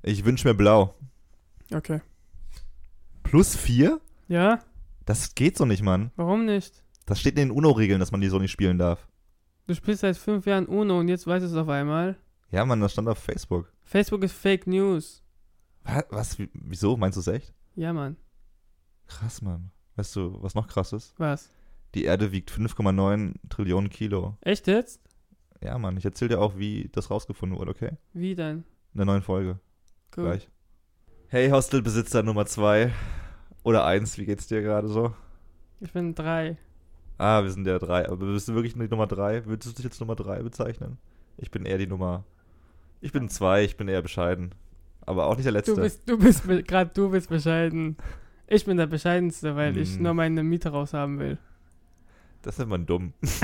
Ich wünsche mir blau. Okay. +4? Ja? Das geht so nicht, Mann. Warum nicht? Das steht in den UNO-Regeln, dass man die so nicht spielen darf. Du spielst seit 5 Jahren UNO und jetzt weißt du es auf einmal. Ja, Mann, das stand auf Facebook. Facebook ist Fake News. Was? Wieso? Meinst du es echt? Ja, Mann. Krass, Mann. Weißt du, was noch krass ist? Was? Die Erde wiegt 5,9 Trillionen Kilo. Echt jetzt? Ja, Mann, ich erzähl dir auch, wie das rausgefunden wurde, okay? Wie denn? In der neuen Folge. Cool. Gleich. Hey, Hostelbesitzer Nummer 2 oder 1, wie geht's dir gerade so? Ich bin 3. Ah, wir sind der 3. Aber bist du wirklich die Nummer 3? Würdest du dich jetzt Nummer 3 bezeichnen? Ich bin eher die Nummer... Ich bin 2, ich bin eher bescheiden. Aber auch nicht der Letzte. Du bist bescheiden. Ich bin der Bescheidenste, weil ich nur meine Miete raushaben will. Das nennt man dumm. Das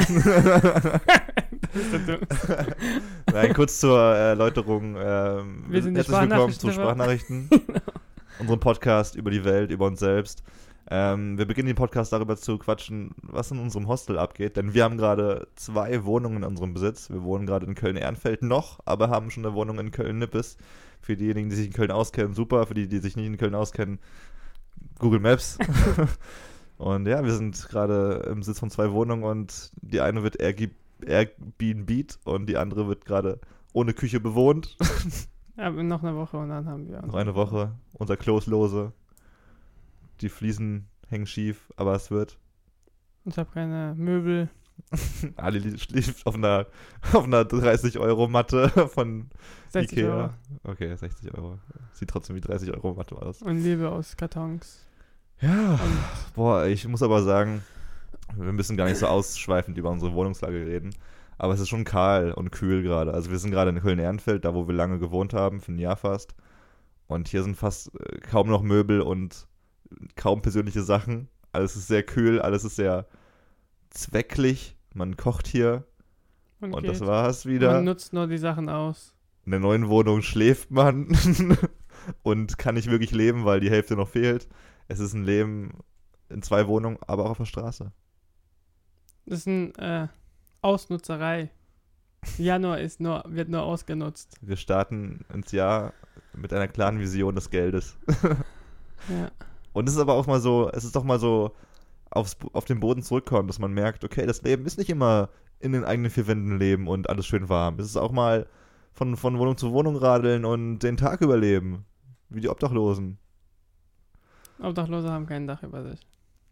ist der Dummste. Nein, kurz zur Erläuterung. Wir sind die herzlich willkommen zu Sprachnachrichten. Sprachnachrichten. Unserem Podcast über die Welt, über uns selbst. Wir beginnen den Podcast darüber zu quatschen, was in unserem Hostel abgeht. Denn wir haben gerade 2 Wohnungen in unserem Besitz. Wir wohnen gerade in Köln-Ehrenfeld noch, aber haben schon eine Wohnung in Köln-Nippes. Für diejenigen, die sich in Köln auskennen, super. Für die sich nicht in Köln auskennen, Google Maps. Und ja, wir sind gerade im Besitz von 2 Wohnungen und die eine wird Airbnb und die andere wird gerade ohne Küche bewohnt. Ja, noch eine Woche und dann haben wir... Noch eine Woche. Unser Klo ist lose. Die Fliesen hängen schief, aber es wird. Ich habe keine Möbel. Ali schläft auf einer 30-Euro-Matte von 60 Ikea. Euro. Okay, 60 Euro. Sieht trotzdem wie 30-Euro-Matte aus. Und lebe aus Kartons. Ja, Und boah, ich muss aber sagen, wir müssen gar nicht so ausschweifend über unsere Wohnungslage reden. Aber es ist schon kahl und kühl gerade. Also wir sind gerade in Köln-Ehrenfeld, da wo wir lange gewohnt haben, für ein Jahr fast. Und hier sind fast kaum noch Möbel und kaum persönliche Sachen. Alles ist sehr kühl, alles ist sehr zwecklich. Man kocht hier und geht. das war's wieder. Man nutzt nur die Sachen aus. In der neuen Wohnung schläft man und kann nicht wirklich leben, weil die Hälfte noch fehlt. Es ist ein Leben in 2 Wohnungen, aber auch auf der Straße. Das ist eine Ausnutzerei. Januar wird nur ausgenutzt. Wir starten ins Jahr mit einer klaren Vision des Geldes. Ja. Und es ist aber auch mal so, es ist doch mal so auf den Boden zurückkommen, dass man merkt, okay, das Leben ist nicht immer in den eigenen 4 Wänden leben und alles schön warm. Es ist auch mal von Wohnung zu Wohnung radeln und den Tag überleben. Wie die Obdachlosen. Obdachlose haben kein Dach über sich.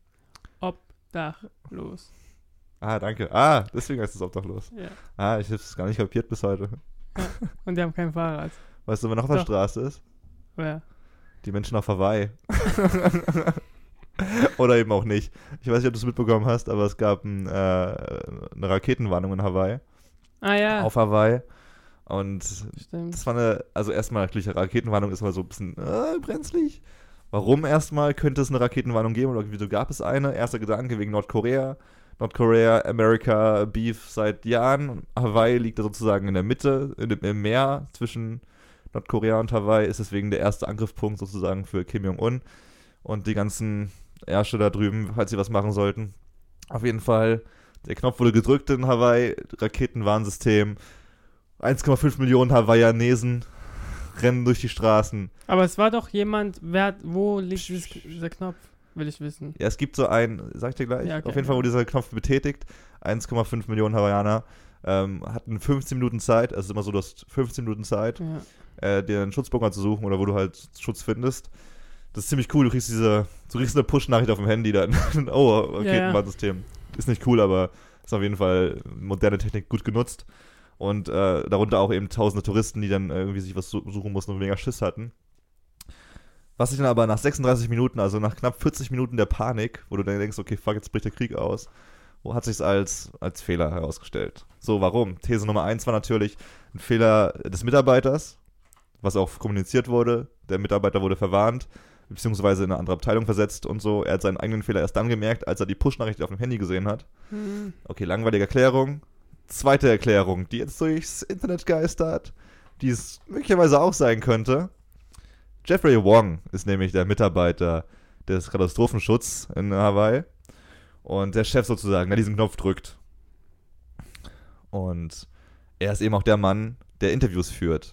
Obdachlos. Ah, danke. Deswegen heißt es obdachlos. Ja. Ich hab's gar nicht kapiert bis heute. Ja. Und die haben kein Fahrrad. Weißt du, wer noch auf der Doch. Straße ist? Wer? Die Menschen auf Hawaii. Oder eben auch nicht. Ich weiß nicht, ob du es mitbekommen hast, aber es gab eine Raketenwarnung in Hawaii. Ah ja. Auf Hawaii. Und Stimmt. das war also erstmal natürlich, eine Raketenwarnung ist mal so ein bisschen brenzlig. Warum erstmal könnte es eine Raketenwarnung geben oder wieso gab es eine? Erster Gedanke wegen Nordkorea. Nordkorea, Amerika, Beef seit Jahren. Hawaii liegt da sozusagen in der Mitte, im Meer zwischen Nordkorea und Hawaii. Ist deswegen der erste Angriffspunkt sozusagen für Kim Jong-un und die ganzen Ärsche da drüben, falls sie was machen sollten. Auf jeden Fall, der Knopf wurde gedrückt in Hawaii, Raketenwarnsystem. 1,5 Millionen Hawaiianesen rennen durch die Straßen. Aber es war doch jemand, wo liegt dieser Knopf? Will ich wissen. Ja, es gibt so sag ich dir gleich, Ja, okay, auf jeden Fall, wo dieser Knopf betätigt. 1,5 Millionen Hawaiianer hatten 15 Minuten Zeit, also immer so, du hast 15 Minuten Zeit, dir einen Schutzbunker zu suchen oder wo du halt Schutz findest. Das ist ziemlich cool, du kriegst eine Push-Nachricht auf dem Handy dann. Oh, Raketenwarnsystem. Ist nicht cool, aber ist auf jeden Fall moderne Technik gut genutzt. Und darunter auch eben tausende Touristen, die dann irgendwie sich was suchen mussten und mega Schiss hatten. Was sich dann aber nach 36 Minuten, also nach knapp 40 Minuten der Panik, wo du dann denkst, okay, fuck, jetzt bricht der Krieg aus, hat sich als Fehler herausgestellt. So, warum? These Nummer 1 war natürlich ein Fehler des Mitarbeiters, was auch kommuniziert wurde. Der Mitarbeiter wurde verwarnt, beziehungsweise in eine andere Abteilung versetzt und so. Er hat seinen eigenen Fehler erst dann gemerkt, als er die Push-Nachricht auf dem Handy gesehen hat. Okay, langweilige Erklärung. Zweite Erklärung, die jetzt durchs Internet geistert, die es möglicherweise auch sein könnte. Jeffrey Wong ist nämlich der Mitarbeiter des Katastrophenschutzes in Hawaii und der Chef sozusagen, der diesen Knopf drückt. Und er ist eben auch der Mann, der Interviews führt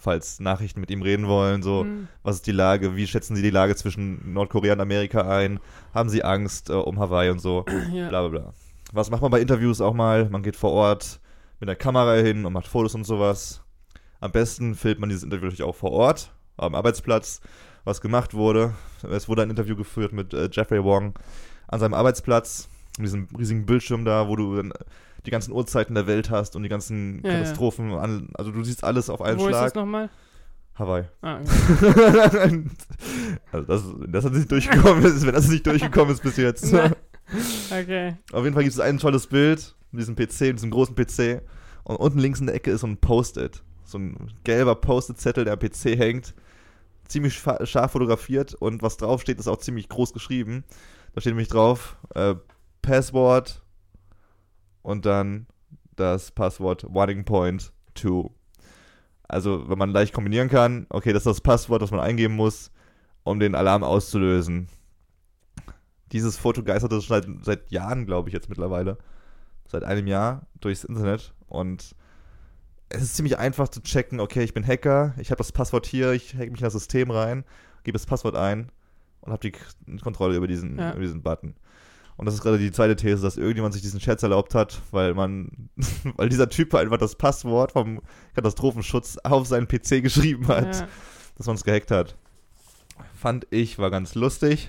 falls Nachrichten mit ihm reden wollen, so, was ist die Lage, wie schätzen sie die Lage zwischen Nordkorea und Amerika ein, haben sie Angst um Hawaii und so, bla bla bla. Was macht man bei Interviews auch mal? Man geht vor Ort mit der Kamera hin und macht Fotos und sowas. Am besten filmt man dieses Interview natürlich auch vor Ort, am Arbeitsplatz, was gemacht wurde. Es wurde ein Interview geführt mit Jeffrey Wong an seinem Arbeitsplatz, mit diesem riesigen Bildschirm da, wo du dann die ganzen Uhrzeiten der Welt hast und die ganzen Katastrophen. Also du siehst alles auf einen Schlag. Wo ist das nochmal? Hawaii. Okay. Also das hat nicht durchgekommen ist, wenn das nicht durchgekommen ist bis jetzt. Okay. Auf jeden Fall gibt es ein tolles Bild mit diesem PC, diesem großen PC. Und unten links in der Ecke ist so ein Post-it. So ein gelber Post-it-Zettel, der am PC hängt. Ziemlich scharf fotografiert und was draufsteht, ist auch ziemlich groß geschrieben. Da steht nämlich drauf, Passwort und dann das Passwort Warning Point 2. Also, wenn man leicht kombinieren kann, okay, das ist das Passwort, das man eingeben muss, um den Alarm auszulösen. Dieses Foto geistert das schon seit Jahren, glaube ich, jetzt mittlerweile. Seit einem Jahr durchs Internet. Und es ist ziemlich einfach zu checken, okay, ich bin Hacker, ich habe das Passwort hier, ich hacke mich in das System rein, gebe das Passwort ein und habe die Kontrolle über diesen Button. Und das ist gerade die zweite These, dass irgendjemand sich diesen Scherz erlaubt hat, weil dieser Typ einfach das Passwort vom Katastrophenschutz auf seinen PC geschrieben hat, dass man es gehackt hat. Fand ich, war ganz lustig.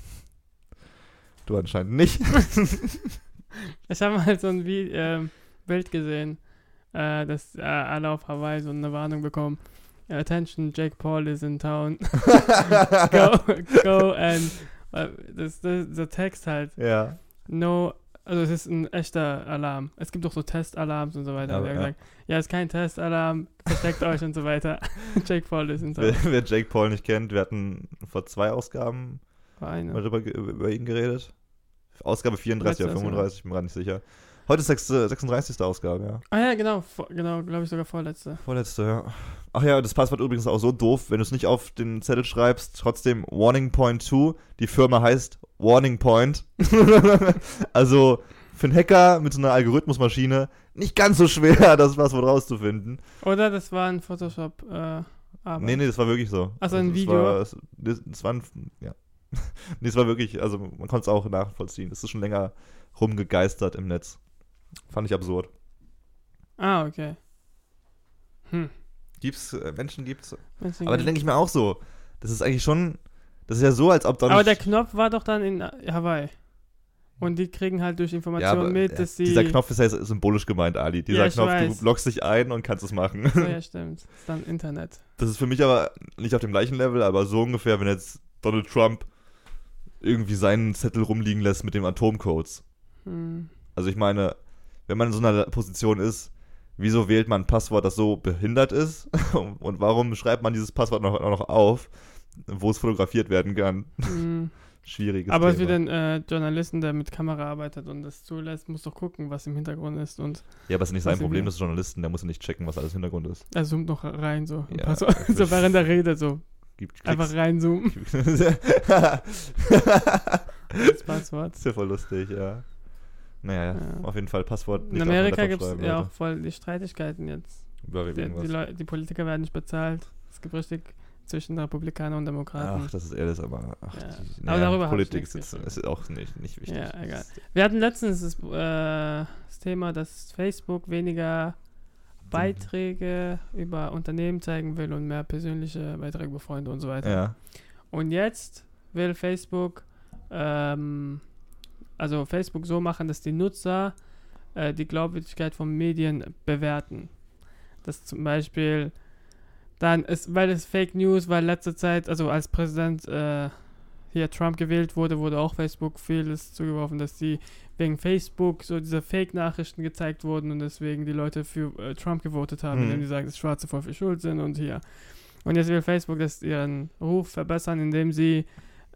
Du anscheinend nicht. Ich habe mal so ein Bild gesehen, dass alle auf Hawaii so eine Warnung bekommen. Attention, Jake Paul is in town. go and der Text halt. Ja. No, also es ist ein echter Alarm. Es gibt doch so Testalarms und so weiter. Und er hat gesagt, ja, es ist kein Testalarm, versteckt euch und so weiter. Jake Paul ist in town. Wer Jake Paul nicht kennt, wir hatten vor 2 Ausgaben mal über ihn geredet. Ausgabe 34 oder 35, ich bin mir gerade nicht sicher. Heute ist 36. Ausgabe, ja. Ah ja, genau, glaube ich sogar vorletzte. Vorletzte, ja. Ach ja, das Passwort übrigens auch so doof, wenn du es nicht auf den Zettel schreibst, trotzdem Warning Point 2, die Firma heißt Warning Point. Also für einen Hacker mit so einer Algorithmusmaschine nicht ganz so schwer, das Passwort rauszufinden. Oder das war ein Photoshop-Arbeit. Nee, das war wirklich so. Also ein Video? Das war ja. Nee, es war wirklich, also man konnte es auch nachvollziehen. Das ist schon länger rumgegeistert im Netz. Fand ich absurd. Ah, okay. Menschen gibt's. Aber da denke ich mir auch so, das ist eigentlich schon, das ist ja so, als ob dann... Aber der Knopf war doch dann in Hawaii. Und die kriegen halt durch Informationen mit, dass sie... Dieser Knopf ist ja symbolisch gemeint, Ali. Dieser Knopf, du loggst dich ein und kannst es machen. So, ja, stimmt. Das ist dann Internet. Das ist für mich aber nicht auf dem gleichen Level, aber so ungefähr, wenn jetzt Donald Trump irgendwie seinen Zettel rumliegen lässt mit den Atomcodes. Also ich meine, wenn man in so einer Position ist, wieso wählt man ein Passwort, das so behindert ist? Und warum schreibt man dieses Passwort auch noch auf, wo es fotografiert werden kann? Schwieriges Aber Thema. für den Journalisten, der mit Kamera arbeitet und das zulässt, muss doch gucken, was im Hintergrund ist. Und ja, aber es ist nicht sein Problem des Journalisten, der muss ja nicht checken, was alles im Hintergrund ist. Er zoomt noch rein, so. Ja, so während der Rede, so. Einfach reinzoomen. Das Passwort. Ist ja voll lustig, ja. Naja, auf jeden Fall Passwort nicht. In Amerika gibt es ja auch voll die Streitigkeiten jetzt. Die Politiker werden nicht bezahlt. Es gibt richtig zwischen Republikanern und Demokraten. Ach, das ist alles, aber... aber darüber Politik ist auch nicht wichtig. Ja, egal. Wir hatten letztens das Thema, dass Facebook weniger Beiträge über Unternehmen zeigen will und mehr persönliche Beiträge über Freunde und so weiter. Ja. Und jetzt will Facebook Facebook so machen, dass die Nutzer die Glaubwürdigkeit von Medien bewerten. Das zum Beispiel dann ist, weil es Fake News, weil letzte Zeit, also als Präsident hier Trump gewählt wurde, wurde auch Facebook vieles zugeworfen, dass die wegen Facebook so diese Fake-Nachrichten gezeigt wurden und deswegen die Leute für Trump gewotet haben, indem die sagen, dass Schwarze voll viel schuld sind und hier. Und jetzt will Facebook das ihren Ruf verbessern, indem sie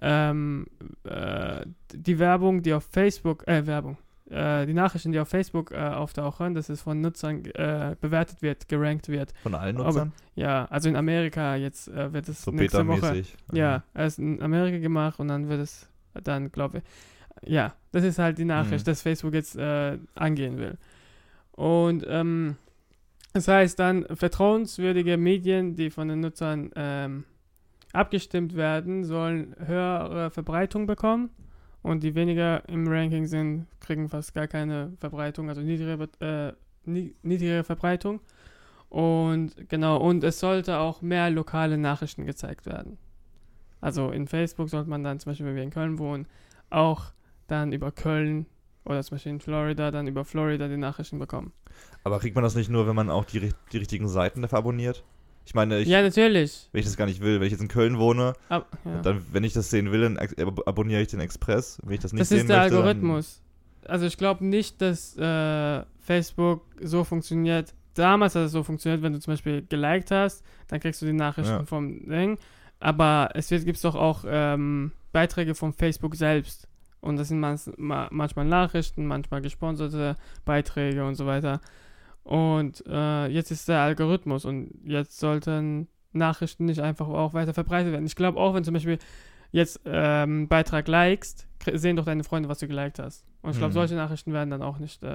die Werbung, die auf Facebook, die Nachrichten, die auf Facebook auftauchen, dass es von Nutzern bewertet wird, gerankt wird. Von allen Nutzern? Ja, also in Amerika jetzt wird es so nächste Woche. beta-mäßig. Ja, er ist in Amerika gemacht und dann wird es dann, glaube ich, ja, das ist halt die Nachricht, dass Facebook jetzt angehen will. Und Das heißt dann, vertrauenswürdige Medien, die von den Nutzern abgestimmt werden, sollen höhere Verbreitung bekommen und die weniger im Ranking sind, kriegen fast gar keine Verbreitung, also niedrigere Verbreitung. Und genau, und es sollte auch mehr lokale Nachrichten gezeigt werden. Also in Facebook sollte man dann zum Beispiel, wenn wir in Köln wohnen, auch dann über Köln oder zum Beispiel in Florida dann über Florida die Nachrichten bekommen. Aber kriegt man das nicht nur, wenn man auch die richtigen Seiten dafür abonniert? Ich meine, ja, natürlich. Wenn ich das gar nicht will, wenn ich jetzt in Köln wohne, ja. Dann, wenn ich das sehen will, dann abonniere ich den Express. Wenn ich das nicht das sehen möchte, ist der Algorithmus. Also ich glaube nicht, dass Facebook so funktioniert. Damals hat es so funktioniert, wenn du zum Beispiel geliked hast, dann kriegst du die Nachrichten vom Ding. Aber gibt es doch auch Beiträge von Facebook selbst. Und das sind manchmal Nachrichten, manchmal gesponserte Beiträge und so weiter. Und jetzt ist der Algorithmus und jetzt sollten Nachrichten nicht einfach auch weiter verbreitet werden. Ich glaube auch, wenn zum Beispiel jetzt einen Beitrag likest, sehen doch deine Freunde, was du geliked hast. Und ich glaube, solche Nachrichten werden dann auch nicht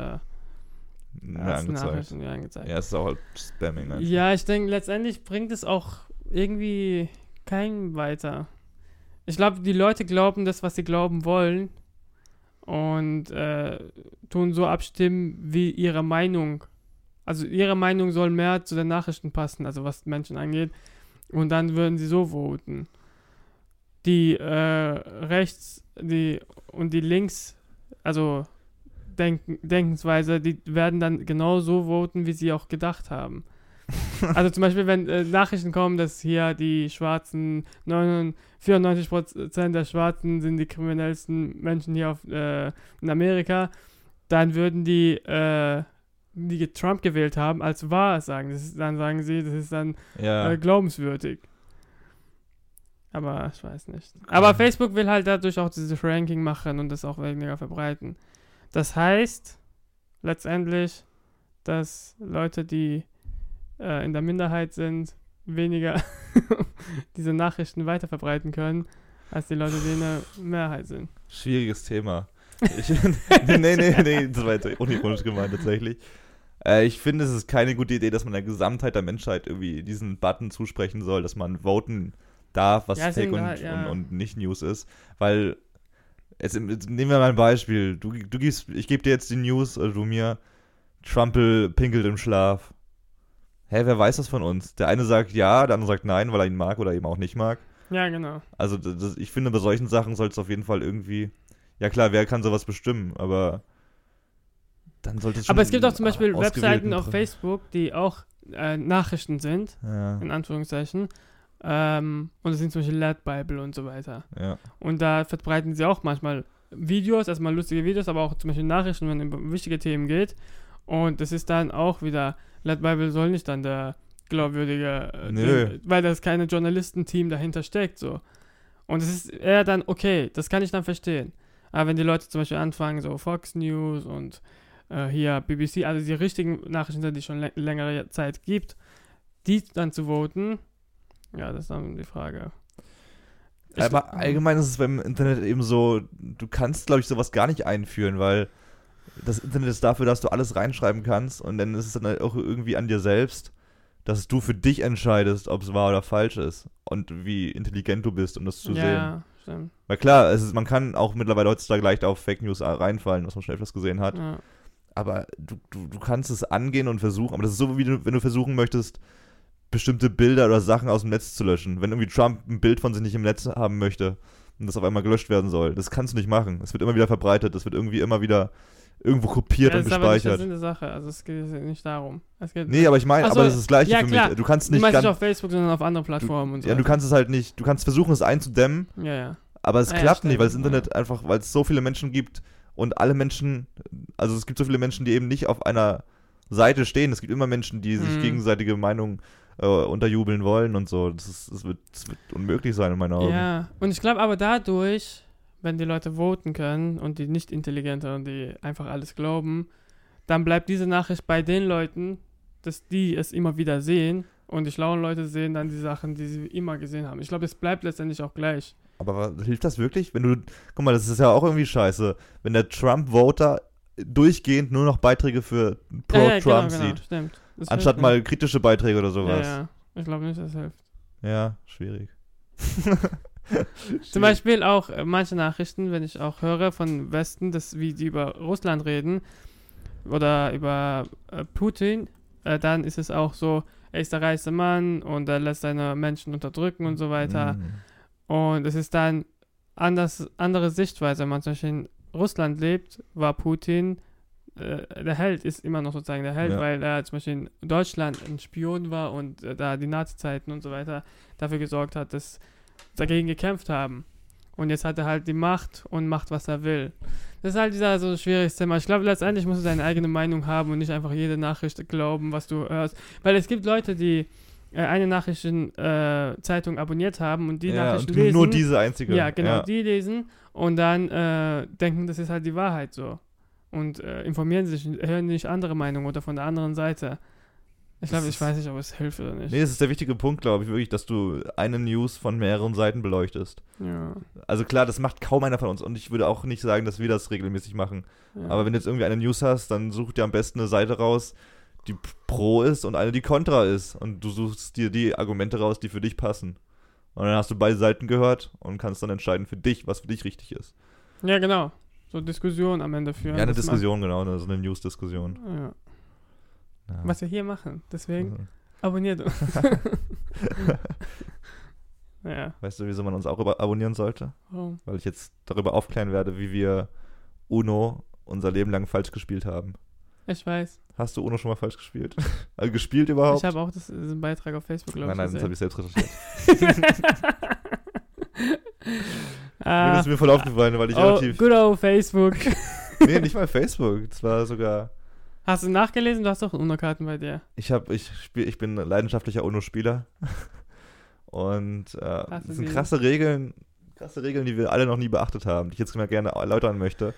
angezeigt. Ja, es ist auch halt Spamming. Einfach. Ja, ich denke, letztendlich bringt es auch irgendwie keinen weiter. Ich glaube, die Leute glauben das, was sie glauben wollen und tun so abstimmen, wie ihre Meinung. Also ihre Meinung soll mehr zu den Nachrichten passen, also was Menschen angeht. Und dann würden sie so voten. Die rechts und die links, also Denkensweise, die werden dann genau so voten, wie sie auch gedacht haben. Also zum Beispiel, wenn Nachrichten kommen, dass hier die Schwarzen, 94% der Schwarzen sind die kriminellsten Menschen hier in Amerika, dann würden die Trump gewählt haben, als wahr sagen. Dann sagen sie, das ist dann glaubenswürdig. Aber ich weiß nicht. Aber Facebook will halt dadurch auch dieses Ranking machen und das auch weniger verbreiten. Das heißt, letztendlich, dass Leute, die in der Minderheit sind, weniger diese Nachrichten weiterverbreiten können, als die Leute, die in der Mehrheit sind. Schwieriges Thema. Nee, das war jetzt unironisch gemeint tatsächlich. Ich finde, es ist keine gute Idee, dass man der Gesamtheit der Menschheit irgendwie diesen Button zusprechen soll, dass man voten darf, was Fake und nicht News ist, weil jetzt nehmen wir mal ein Beispiel. Ich gebe dir jetzt die News, oder du mir, Trump pinkelt im Schlaf. Hä, wer weiß das von uns? Der eine sagt ja, der andere sagt nein, weil er ihn mag oder eben auch nicht mag. Ja, genau. Also ich finde, bei solchen Sachen soll es auf jeden Fall irgendwie, ja klar, wer kann sowas bestimmen, aber dann sollte es schon. Aber es gibt auch zum Beispiel Webseiten auf Facebook, die auch Nachrichten sind, in Anführungszeichen. Und das sind zum Beispiel Ledbible und so weiter. Ja. Und da verbreiten sie auch manchmal Videos, erstmal lustige Videos, aber auch zum Beispiel Nachrichten, wenn es um wichtige Themen geht. Und das ist dann auch wieder, Ledbible soll nicht dann der glaubwürdige, weil das keine Journalistenteam dahinter steckt, so. Und es ist eher dann, okay, das kann ich dann verstehen. Aber wenn die Leute zum Beispiel anfangen, so Fox News und hier BBC, also die richtigen Nachrichten, die es schon längere Zeit gibt, die dann zu voten, ja, das ist dann die Frage. Aber allgemein ist es beim Internet eben so, du kannst, glaube ich, sowas gar nicht einführen, weil das Internet ist dafür, dass du alles reinschreiben kannst und dann ist es dann halt auch irgendwie an dir selbst, dass du für dich entscheidest, ob es wahr oder falsch ist und wie intelligent du bist, um das zu sehen. Ja, stimmt. Weil klar, man kann auch mittlerweile heutzutage leicht auf Fake News reinfallen, was man schon öfters gesehen hat. Ja. Aber du kannst es angehen und versuchen, aber das ist so, wie wenn du versuchen möchtest, bestimmte Bilder oder Sachen aus dem Netz zu löschen. Wenn irgendwie Trump ein Bild von sich nicht im Netz haben möchte und das auf einmal gelöscht werden soll, das kannst du nicht machen. Es wird immer wieder verbreitet, es wird irgendwie immer wieder irgendwo kopiert und gespeichert. Das ist aber nicht der Sinn der Sache, also es geht nicht darum. Aber ich meine, aber das ist das Gleiche für mich. Du kannst nicht nicht auf Facebook, sondern auf anderen Plattformen und so. Ja, du kannst es halt nicht, du kannst versuchen, es einzudämmen, aber es klappt nicht, weil das Internet einfach, weil es so viele Menschen gibt und alle Menschen, also es gibt so viele Menschen, die eben nicht auf einer Seite stehen. Es gibt immer Menschen, die sich gegenseitige Meinungen unterjubeln wollen und so. Das wird unmöglich sein in meinen Augen. Ja, und ich glaube aber dadurch, wenn die Leute voten können und die nicht intelligenter und die einfach alles glauben, dann bleibt diese Nachricht bei den Leuten, dass die es immer wieder sehen und die schlauen Leute sehen dann die Sachen, die sie immer gesehen haben. Ich glaube, es bleibt letztendlich auch gleich. Aber hilft das wirklich? Guck mal, das ist ja auch irgendwie scheiße, wenn der Trump-Voter durchgehend nur noch Beiträge für Pro-Trump sieht. Stimmt. Das Anstatt hilft mal nicht. kritische Beiträge oder sowas. Ja. Ich glaube nicht, das hilft. Ja, schwierig. Zum Beispiel auch manche Nachrichten, wenn ich auch höre von Westen, wie die über Russland reden oder über Putin, dann ist es auch so, er ist der reichste Mann und er lässt seine Menschen unterdrücken und so weiter. Und es ist dann andere Sichtweise. Wenn man zum Beispiel in Russland lebt, war Putin der Held, ist immer noch sozusagen der Held, weil er zum Beispiel in Deutschland ein Spion war und da die Nazi-Zeiten und so weiter dafür gesorgt hat, dass dagegen gekämpft haben. Und jetzt hat er halt die Macht und macht, was er will. Das ist halt dieser so schwieriges Thema. Ich glaube, letztendlich musst du deine eigene Meinung haben und nicht einfach jede Nachricht glauben, was du hörst. Weil es gibt Leute, die eine Nachrichtenzeitung abonniert haben und die Nachrichten lesen. Nur diese einzige. Ja, genau, die lesen und dann denken, das ist halt die Wahrheit so. Und informieren sich, hören nicht andere Meinungen oder von der anderen Seite. Ich glaube, ich weiß nicht, ob es hilft oder nicht. Nee, das ist der wichtige Punkt, glaube ich, wirklich, dass du eine News von mehreren Seiten beleuchtest. Ja. Also klar, das macht kaum einer von uns und ich würde auch nicht sagen, dass wir das regelmäßig machen. Ja. Aber wenn du jetzt irgendwie eine News hast, dann such dir am besten eine Seite raus, die pro ist und eine, die kontra ist. Und du suchst dir die Argumente raus, die für dich passen. Und dann hast du beide Seiten gehört und kannst dann entscheiden für dich, was für dich richtig ist. Ja, genau. So Diskussion am Ende führen. Ja, eine Diskussion, genau, so eine News-Diskussion. Ja. Ja. Was wir hier machen. Deswegen abonniert uns. Ja. Weißt du, wieso man uns auch abonnieren sollte? Warum? Weil ich jetzt darüber aufklären werde, wie wir Uno unser Leben lang falsch gespielt haben. Ich weiß. Hast du Uno schon mal falsch gespielt? Also gespielt überhaupt? Ich habe auch diesen Beitrag auf Facebook, glaube ich. Nein, das habe ich selbst recherchiert. Mir ist mir voll aufgefallen, weil ich relativ... Good old Facebook. Nee, nicht mal Facebook. Das war sogar... Hast du nachgelesen? Du hast doch Uno-Karten bei dir. Ich bin leidenschaftlicher Uno-Spieler. Und das sind krasse Regeln, die wir alle noch nie beachtet haben, die ich jetzt mal gerne erläutern möchte.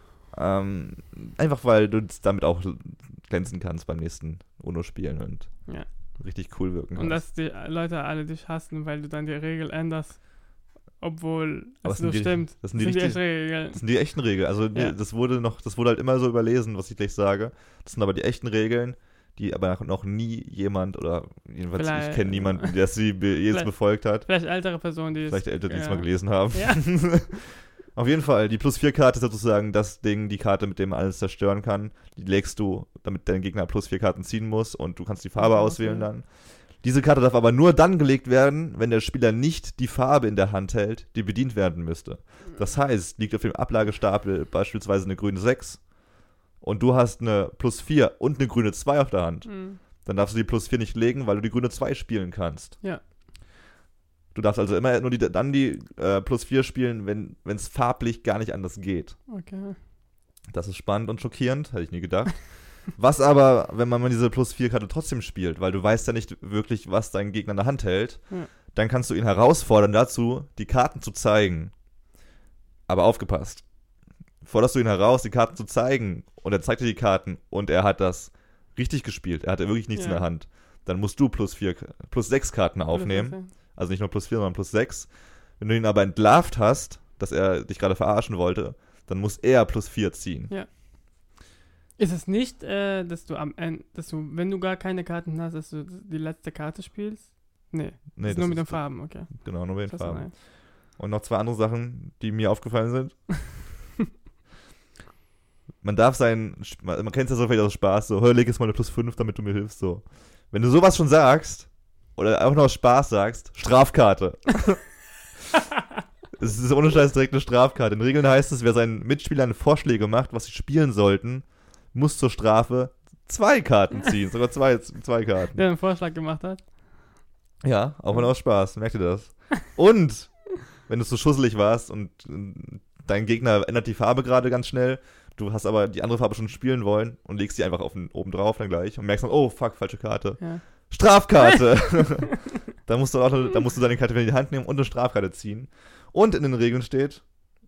Einfach weil du damit auch glänzen kannst beim nächsten Uno-Spielen und richtig cool wirken und dass die Leute alle dich hassen, weil du dann die Regel änderst, obwohl es so stimmt. Das sind die echten Regeln. Das sind die echten Regeln. Also das wurde halt immer so überlesen, was ich gleich sage. Das sind aber die echten Regeln, die aber noch nie jemand oder jedenfalls ich kenne niemanden, der sie jedes befolgt hat. Vielleicht ältere Personen, die es mal gelesen haben. Ja. Auf jeden Fall, die +4-Karte ist sozusagen das Ding, die Karte, mit der man alles zerstören kann. Die legst du, damit dein Gegner +4 Karten ziehen muss und du kannst die Farbe auswählen dann. Diese Karte darf aber nur dann gelegt werden, wenn der Spieler nicht die Farbe in der Hand hält, die bedient werden müsste. Das heißt, liegt auf dem Ablagestapel beispielsweise eine grüne 6 und du hast eine +4 und eine grüne 2 auf der Hand. Dann darfst du die +4 nicht legen, weil du die grüne 2 spielen kannst. Ja. Du darfst also immer nur die +4 spielen, wenn es farblich gar nicht anders geht. Okay. Das ist spannend und schockierend, hätte ich nie gedacht. Was aber, wenn man mal diese +4-Karte trotzdem spielt, weil du weißt ja nicht wirklich, was dein Gegner in der Hand hält, dann kannst du ihn herausfordern dazu, die Karten zu zeigen. Aber aufgepasst. Forderst du ihn heraus, die Karten zu zeigen und er zeigt dir die Karten und er hat das richtig gespielt, er hatte wirklich nichts in der Hand, dann musst du +6 Karten aufnehmen. Also nicht nur +4, sondern +6. Wenn du ihn aber entlarvt hast, dass er dich gerade verarschen wollte, dann muss er +4 ziehen. Ja. Ist es nicht, dass du am Ende, wenn du gar keine Karten hast, dass du die letzte Karte spielst? Nee, das ist nur mit den Farben, okay. Genau, nur mit den Farben. Nice. Und noch 2 andere Sachen, die mir aufgefallen sind. Man kennt es ja so vielleicht aus Spaß, so, leg jetzt mal eine +5, damit du mir hilfst, so. Wenn du sowas schon sagst, oder einfach nur aus Spaß sagst, Strafkarte. Es ist ohne Scheiß direkt eine Strafkarte. In Regeln heißt es, wer seinen Mitspielern Vorschläge macht, was sie spielen sollten, muss zur Strafe 2 Karten ziehen. Sogar zwei Karten. Der einen Vorschlag gemacht hat? Ja, auch nur aus Spaß. Merkt ihr das? Und, wenn du so schusselig warst und dein Gegner ändert die Farbe gerade ganz schnell, du hast aber die andere Farbe schon spielen wollen und legst die einfach oben drauf dann gleich und merkst dann, oh fuck, falsche Karte. Ja. Strafkarte! Da musst du deine Karte wieder in die Hand nehmen und eine Strafkarte ziehen. Und in den Regeln steht,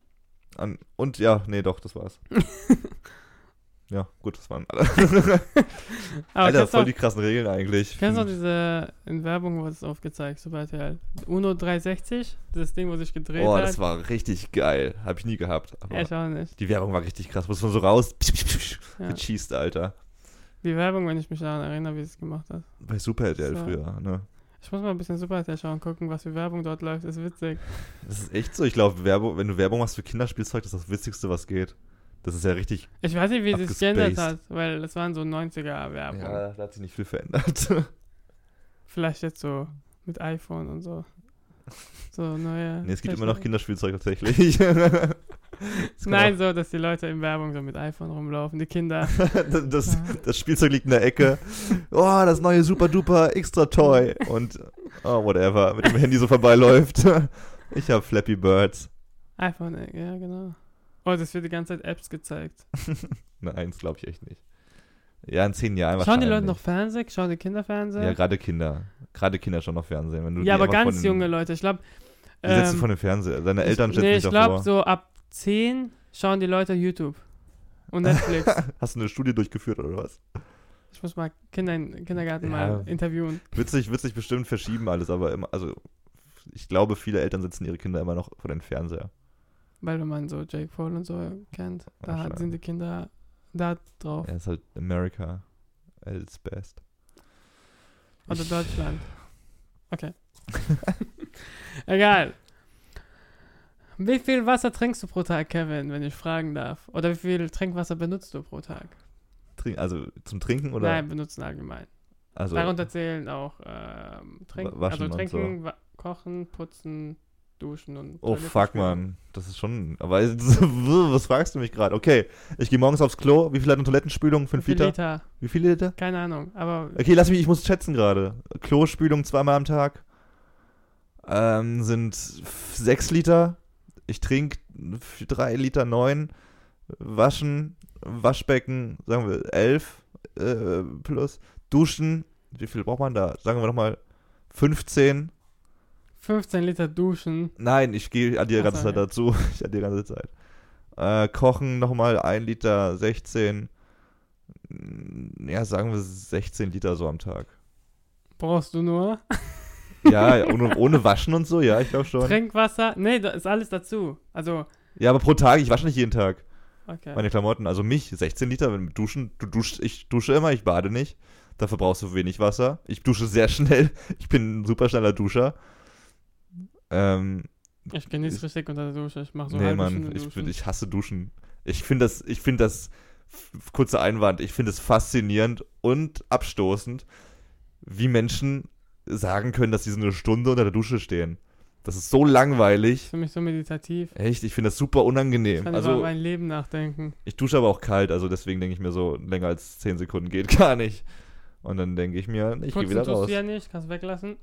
das war's. Ja, gut, das waren alle. Alter, voll die krassen Regeln eigentlich. Kennst du diese in Werbung, wurde es aufgezeigt, sobald halt Uno 360, das Ding, wo sich gedreht hat. Oh, das war richtig geil. Hab ich nie gehabt. Aber ich auch nicht. Die Werbung war richtig krass. Muss man so raus, gecheased, Alter. Die Werbung, wenn ich mich daran erinnere, wie es gemacht hat. Bei Super RTL So. früher, ne? Ich muss mal ein bisschen Super RTL schauen, gucken, was für Werbung dort läuft. Das ist witzig. Das ist echt so. Ich glaube, wenn du Werbung machst für Kinderspielzeug, das ist das Witzigste, was geht. Das ist ja richtig. Ich weiß nicht, wie es sich geändert Abgespaced. hat, weil es waren so 90er-Werbung. Ja, da hat sich nicht viel verändert. Vielleicht jetzt so mit iPhone und so. So neue. Nee, es gibt Technik. immer noch Kinderspielzeug tatsächlich. Nein, so, dass die Leute in Werbung so mit iPhone rumlaufen, die Kinder. Das Spielzeug liegt in der Ecke. Oh, das neue Super Duper Extra Toy. Und whatever, mit dem Handy so vorbeiläuft. Ich habe Flappy Birds. iPhone, ja, genau. Oh, das wird die ganze Zeit Apps gezeigt. Nein, das glaube ich echt nicht. Ja, in 10 Jahren Schauen die wahrscheinlich. Leute noch Fernsehen? Schauen die Kinder Fernsehen? Ja, gerade Kinder. Gerade Kinder schauen noch Fernsehen. Wenn du Ja, die aber immer ganz junge Leute. Ich glaube. Die setzen von dem Fernseher. Deine Eltern schätzen Nee, dich ich davor. glaube, so ab 10 schauen die Leute YouTube und Netflix. Hast du eine Studie durchgeführt oder was? Ich muss mal Kinder im Kindergarten Ja. mal interviewen. Wird sich bestimmt verschieben alles, aber immer, also ich glaube, viele Eltern setzen ihre Kinder immer noch vor den Fernseher. Weil wenn man so Jake Paul und so kennt, da Wahrscheinlich. sind die Kinder da drauf. Er ist halt America at its best. Oder Deutschland. Okay. Egal. Wie viel Wasser trinkst du pro Tag, Kevin, wenn ich fragen darf? Oder wie viel Trinkwasser benutzt du pro Tag? Also zum Trinken oder? Nein, benutzen allgemein. Also Darunter zählen auch Trinken, Waschen also und Trinken, Kochen, Putzen, Duschen und oh Toilette fuck, spülen. Mann. Das ist schon. Aber was fragst du mich gerade? Okay, ich gehe morgens aufs Klo. Wie viel hat eine Toilettenspülung? 5 Wie viel Liter? Liter? Wie viele Liter? Keine Ahnung, aber Okay, ich muss schätzen gerade. Klospülung 2-mal am Tag. Sind 6 Liter. Ich trinke 3 Liter 9. Waschen, Waschbecken, sagen wir 11 plus. Duschen, wie viel braucht man da? Sagen wir nochmal 15. 15 Liter duschen. Nein, ich gehe an die Ach ganze so, Zeit ja. dazu. Ich an die ganze Zeit. Kochen nochmal 1 Liter 16. Ja, sagen wir 16 Liter so am Tag. Brauchst du nur? Ja, ohne Waschen und so, ja, ich glaube schon. Trinkwasser? Nee, da ist alles dazu. Also, Ja, aber pro Tag, ich wasche nicht jeden Tag okay. meine Klamotten. Also mich, 16 Liter, wenn wir duschen, ich dusche immer, ich bade nicht. Dafür brauchst du wenig Wasser. Ich dusche sehr schnell. Ich bin ein super schneller Duscher. Ich genieße richtig unter der Dusche. Ich mache so Nee, halbe Mann, Stunde Duschen. ich hasse Duschen. Ich finde das, kurzer Einwand, ich finde es faszinierend und abstoßend, wie Menschen sagen können, dass sie so eine Stunde unter der Dusche stehen. Das ist so Das langweilig. ist für mich so meditativ. Echt, ich finde das super Ich unangenehm. kann über Also, mein Leben nachdenken. ich dusche aber auch kalt, also deswegen denke ich mir so, länger als 10 Sekunden geht gar nicht. Und dann denke ich mir, ich gehe Putzen wieder tust raus. du ja nicht, kannst weglassen.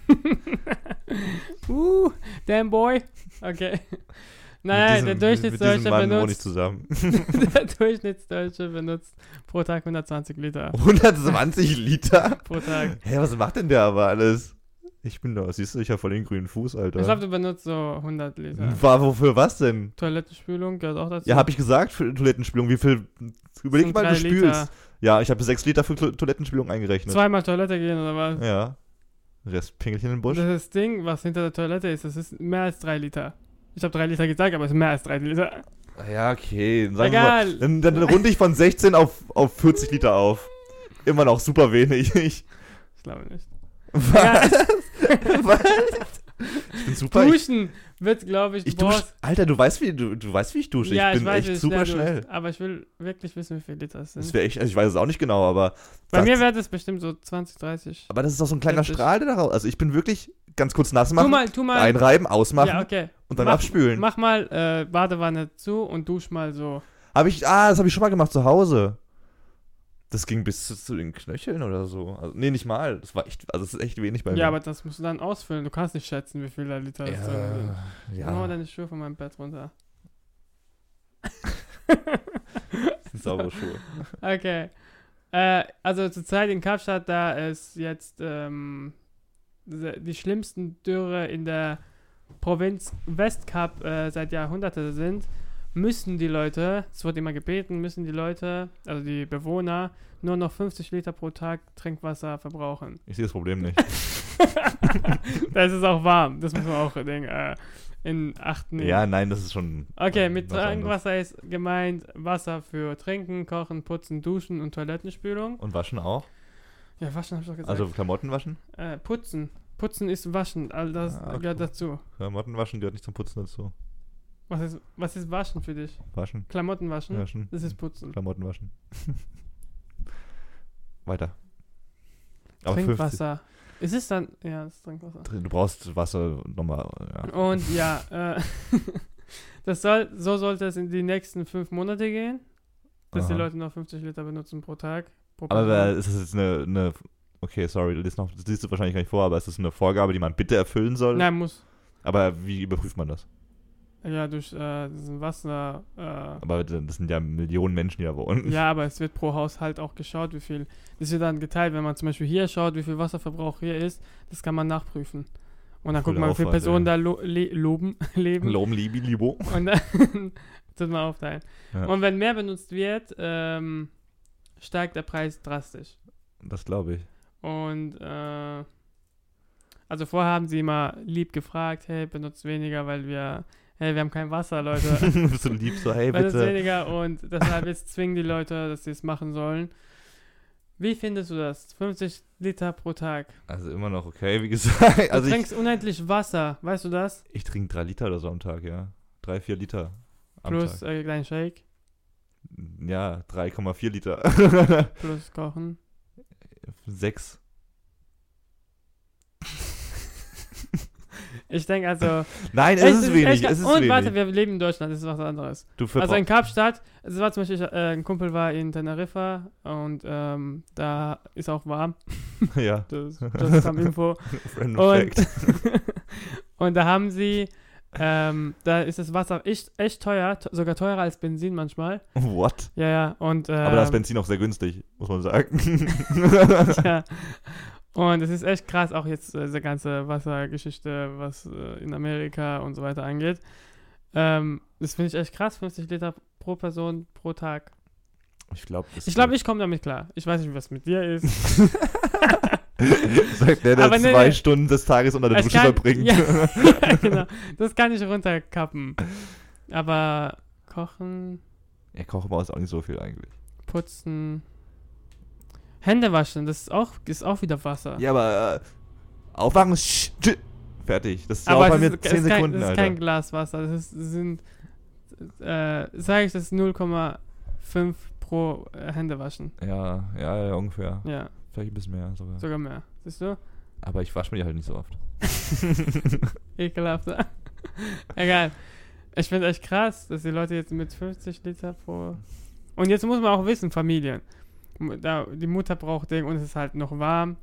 Damn boy. Okay. Nein, der mit diesem Durchschnittsdeutsche Mann wohne ich benutzt zusammen. der Durchschnittsdeutsche benutzt pro Tag 120 Liter 120 Liter? pro Tag. Hä, was macht denn der aber alles? Ich bin da, siehst du, ich habe voll den grünen Fuß, Alter. Ich glaube, du benutzt so 100 Liter. Wofür was denn? Toilettenspülung gehört auch dazu. Ja, habe ich gesagt, für Toilettenspülung. Wie viel? Überleg Sind mal, 3 du spülst. Liter. Ja, ich habe 6 Liter für Toilettenspülung eingerechnet. Zweimal Toilette gehen oder was? Ja. Rest Pinkelchen in den Busch. Das Ding, was hinter der Toilette ist, das ist mehr als 3 Liter. Ich habe 3 Liter gesagt, aber es ist mehr als 3 Liter. Ja, okay. Sagen wir Egal. mal, dann runde ich von 16 auf 40 Liter auf. Immer noch super wenig. Ich glaube nicht. Was? Was? Ich bin super. Duschen wird, glaube ich, Ich dusche. Alter, du weißt, wie ich dusche. Ja, ich bin weiß, wie echt super schnell du schnell. bist, aber ich will wirklich wissen, wie viele Liter es Das sind. wäre echt, also ich weiß es auch nicht genau, aber. Bei mir wäre das bestimmt so 20, 30. Aber das ist auch so ein kleiner 40. Strahl, der daraus. Also ich bin wirklich ganz kurz nass machen, Tu mal. einreiben, ausmachen Ja, okay. und dann abspülen. Mach mal Badewanne zu und dusch mal so. Das habe ich schon mal gemacht zu Hause. Das ging bis zu den Knöcheln oder so. Also, nee, nicht mal. Das war echt, also das ist echt wenig bei mir. Ja, aber das musst du dann ausfüllen. Du kannst nicht schätzen, wie viele Liter es drin sind. Mach mal ja. deine Schuhe von meinem Bett runter. Das sind saubere Schuhe. Okay. Also zurzeit in Kapstadt, da es jetzt die schlimmsten Dürre in der Provinz Westkap seit Jahrhunderten sind, müssen die Leute, es wird immer gebeten, müssen die Leute, also die Bewohner, nur noch 50 Liter pro Tag Trinkwasser verbrauchen. Ich sehe das Problem nicht. Das ist auch warm, das muss man auch in Acht nehmen. Ja, nein, das ist schon. Okay, mit was Trinkwasser ist gemeint Wasser für Trinken, Kochen, Putzen, Duschen und Toilettenspülung. Und waschen auch? Ja, waschen habe ich doch gesagt. Also Klamotten waschen? Putzen. Putzen ist waschen, all das okay. gehört dazu. Klamotten waschen gehört nicht zum Putzen dazu. Was ist waschen für dich? Waschen. Klamotten waschen? Waschen. Das ist putzen. Klamotten waschen. Weiter. Aber Trinkwasser. Ist es dann, ja, das ist Trinkwasser. Du brauchst Wasser nochmal, ja. Und ja, so sollte es in die nächsten 5 Monate gehen, dass die Leute noch 50 Liter benutzen pro Tag. Aber ist das jetzt eine okay, sorry, das liest du wahrscheinlich gar nicht vor, aber ist das eine Vorgabe, die man bitte erfüllen soll? Nein, muss. Aber wie überprüft man das? Ja, durch diesen Wasser. Aber das sind ja Millionen Menschen, die da wohnen. Ja, aber es wird pro Haushalt auch geschaut, wie viel. Das wird dann geteilt, wenn man zum Beispiel hier schaut, wie viel Wasserverbrauch hier ist, das kann man nachprüfen. Und dann guckt man, wie viele Personen da leben. Loben, Libo. Und dann tut man aufteilen. Ja. Und wenn mehr benutzt wird, steigt der Preis drastisch. Das glaube ich. Und also vorher haben sie immer lieb gefragt, hey, benutzt weniger, weil wir haben kein Wasser, Leute. Bist du lieb so, hey, bitte. Benutzt weniger und deshalb jetzt zwingen die Leute, dass sie es machen sollen. Wie findest du das? 50 Liter pro Tag. Also immer noch okay, wie gesagt. Du trinkst unendlich Wasser, weißt du das? Ich trinke 3 Liter oder so am Tag, ja. 3-4 Liter am Plus Tag. Kleinen Shake. Ja, 3,4 Liter. Plus Kochen. 6. Ich denke also... Nein, es ist wenig. Und warte, wir leben in Deutschland, das ist was anderes. Also in Kapstadt, es war zum Beispiel, ein Kumpel war in Teneriffa und da ist auch warm. Ja. Das ist am Info. Und da haben sie, da ist das Wasser echt teuer, sogar teurer als Benzin manchmal. What? Ja, und... aber da ist Benzin auch sehr günstig, muss man sagen. Ja. Und es ist echt krass, auch jetzt diese ganze Wassergeschichte, was in Amerika und so weiter angeht. Das finde ich echt krass, 50 Liter pro Person pro Tag. Ich glaube, ich komme damit klar. Ich weiß nicht, was mit dir ist. Sagt der 2 Stunden des Tages unter der Dusche verbringt. Ja, genau. Das kann ich runterkappen. Aber kochen... Ja, kochen brauchst auch nicht so viel eigentlich. Putzen... Hände waschen, das ist auch wieder Wasser. Ja, aber aufwachen, fertig. Das ist ja aber auch bei mir 10 Sekunden, das ist kein Glas Wasser. Das sind, sage ich, das ist 0,5 pro Hände waschen. Ja, ungefähr. Ja. Vielleicht ein bisschen mehr sogar. Sogar mehr, siehst du? Aber ich wasche mir die halt nicht so oft. Ekelhaft. Egal. Ich finde echt krass, dass die Leute jetzt mit 50 Liter pro... Und jetzt muss man auch wissen, Familien. Die Mutter braucht Ding und es ist halt noch warm.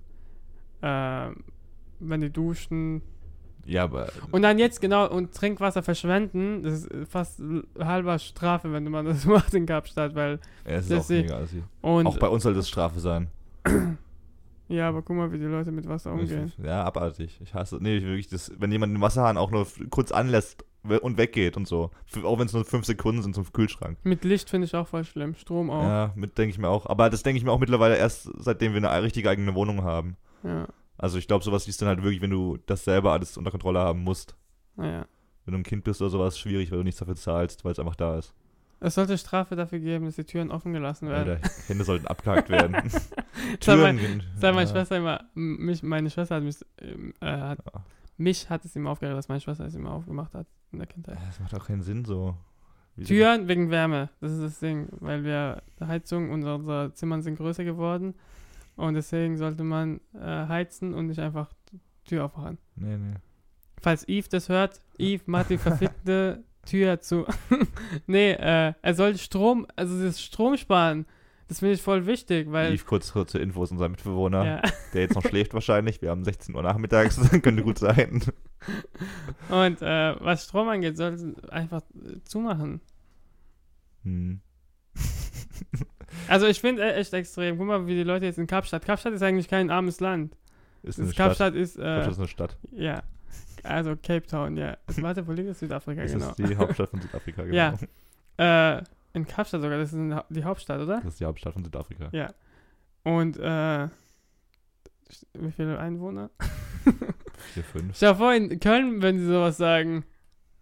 Wenn die duschen. Ja, aber... Und dann jetzt genau und Trinkwasser verschwenden, das ist fast halber Strafe, wenn man das macht in Kapstadt, weil... Ja, es ist auch mega assi. Und auch bei uns soll das Strafe sein. Ja, aber guck mal, wie die Leute mit Wasser umgehen. Ja, abartig. Ich hasse... Nee, wirklich, wenn jemand den Wasserhahn auch nur kurz anlässt und weggeht und so. Auch wenn es nur 5 Sekunden sind zum Kühlschrank. Mit Licht finde ich auch voll schlimm. Strom auch. Ja, denke ich mir auch. Aber das denke ich mir auch mittlerweile erst, seitdem wir eine richtige eigene Wohnung haben. Ja. Also ich glaube, sowas ist dann halt wirklich, wenn du das selber alles unter Kontrolle haben musst. Naja. Wenn du ein Kind bist oder sowas, schwierig, weil du nichts dafür zahlst, weil es einfach da ist. Es sollte Strafe dafür geben, dass die Türen offen gelassen werden. Alter, Hände sollten abgehakt werden. Meine Schwester immer, meine Schwester hat mich hat es immer aufgeregt, dass meine Schwester es immer aufgemacht hat in der Kindheit. Das macht auch keinen Sinn so. Türen wegen Wärme, das ist das Ding, weil die Heizung unsere Zimmern sind größer geworden und deswegen sollte man heizen und nicht einfach die Tür aufmachen. Nee. Falls Yves das hört, Yves, mach die verfickte Tür zu. Nee, er soll das Strom sparen. Das finde ich voll wichtig, weil... Yves, kurze Infos, unser Mitbewohner, ja. Der jetzt noch schläft wahrscheinlich. Wir haben 16 Uhr nachmittags, könnte gut sein. Und was Strom angeht, soll es einfach zumachen. Also ich finde echt extrem. Guck mal, wie die Leute jetzt in Kapstadt... Kapstadt ist eigentlich kein armes Land. Kapstadt ist eine Stadt. Ja. Also Cape Town, ja. Warte, wo liegt das? Südafrika, das genau. Das ist die Hauptstadt von Südafrika, genau. Ja. In Kapstadt sogar, das ist die Hauptstadt, oder? Das ist die Hauptstadt von Südafrika. Ja. Und, wie viele Einwohner? 4, 5. Schau vor, in Köln, wenn sie sowas sagen.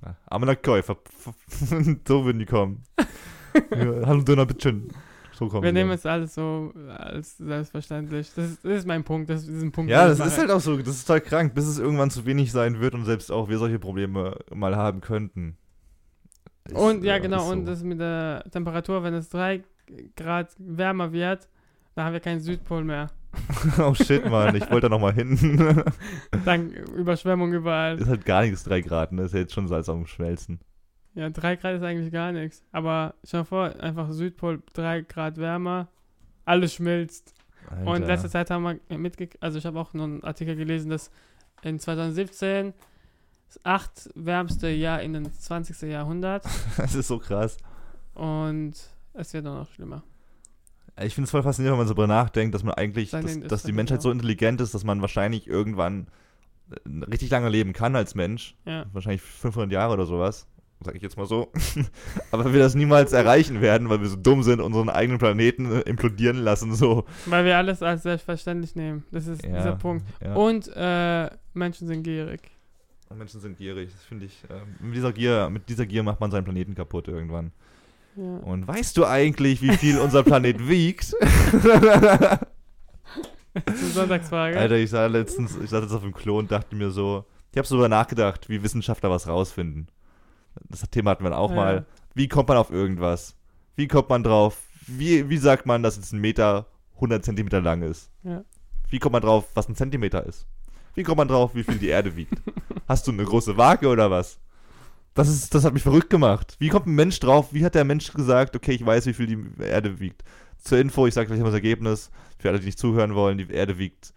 Ammonakkäufer. So würden die kommen. Ja, hallo Döner, bitteschön. So kommen Wir nehmen es alles so als selbstverständlich. Das ist mein Punkt. Das ist ein Punkt. Ja, das ist halt auch so. Das ist halt krank, bis es irgendwann zu wenig sein wird und selbst auch wir solche Probleme mal haben könnten. Und ja, genau. so. Und das mit der Temperatur, wenn es 3 Grad wärmer wird, dann haben wir keinen Südpol mehr. Oh shit, Mann. Ich wollte da nochmal hin. Dann Überschwemmung überall. Ist halt gar nichts 3 Grad, ne? Ist ja jetzt schon Salz am Schmelzen. Ja, 3 Grad ist eigentlich gar nichts. Aber stell dir vor, einfach Südpol 3 Grad wärmer, alles schmilzt. Alter. Und letzte Zeit haben wir also ich habe auch noch einen Artikel gelesen, dass in 2017 das 8. wärmste Jahr in den 20. Jahrhundert. Das ist so krass. Und es wird noch schlimmer. Ich finde es voll faszinierend, wenn man so drüber nachdenkt, dass man eigentlich, dass die Menschheit so intelligent ist, dass man wahrscheinlich irgendwann richtig lange leben kann als Mensch. Ja. Wahrscheinlich 500 Jahre oder sowas. Sag ich jetzt mal so. Aber wir das niemals erreichen werden, weil wir so dumm sind, unseren eigenen Planeten implodieren lassen. So. Weil wir alles als selbstverständlich nehmen. Das ist dieser Punkt. Ja. Und Menschen sind gierig. Und Menschen sind gierig. Das finde ich. Mit dieser Gier macht man seinen Planeten kaputt irgendwann. Ja. Und weißt du eigentlich, wie viel unser Planet wiegt? Das ist eine Sonntagsfrage. Alter, ich saß jetzt auf dem Klo und dachte mir so, ich habe so darüber nachgedacht, wie Wissenschaftler was rausfinden. Das Thema hatten wir auch mal. Wie kommt man auf irgendwas? Wie kommt man drauf? Wie sagt man, dass jetzt ein Meter 100 Zentimeter lang ist? Ja. Wie kommt man drauf, was ein Zentimeter ist? Wie kommt man drauf, wie viel die Erde wiegt? Hast du eine große Waage oder was? Das hat mich verrückt gemacht. Wie kommt ein Mensch drauf? Wie hat der Mensch gesagt, okay, ich weiß, wie viel die Erde wiegt? Zur Info, ich sage gleich mal das Ergebnis, für alle, die nicht zuhören wollen, die Erde wiegt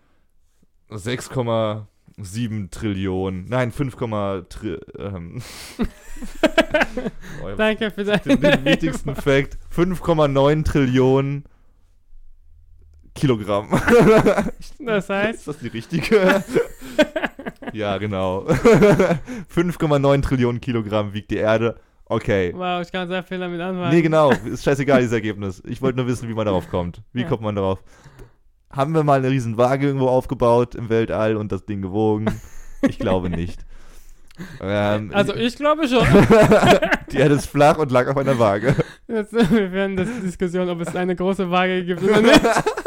6,7 Trillionen. Nein, 5, Danke für den wichtigsten Fact. 5,9 Trillionen Kilogramm. Das heißt? Ist das die richtige? Ja, genau. 5,9 Trillionen Kilogramm wiegt die Erde. Okay. Wow, ich kann sehr viel damit anfangen. Nee, genau. Ist scheißegal, dieses Ergebnis. Ich wollte nur wissen, wie man darauf kommt. Wie kommt man darauf? Haben wir mal eine riesen Waage irgendwo aufgebaut im Weltall und das Ding gewogen? Ich glaube nicht. Also ich glaube schon. Die Erde ist flach und lag auf einer Waage. Wir werden das Diskussion, ob es eine große Waage gibt oder nicht.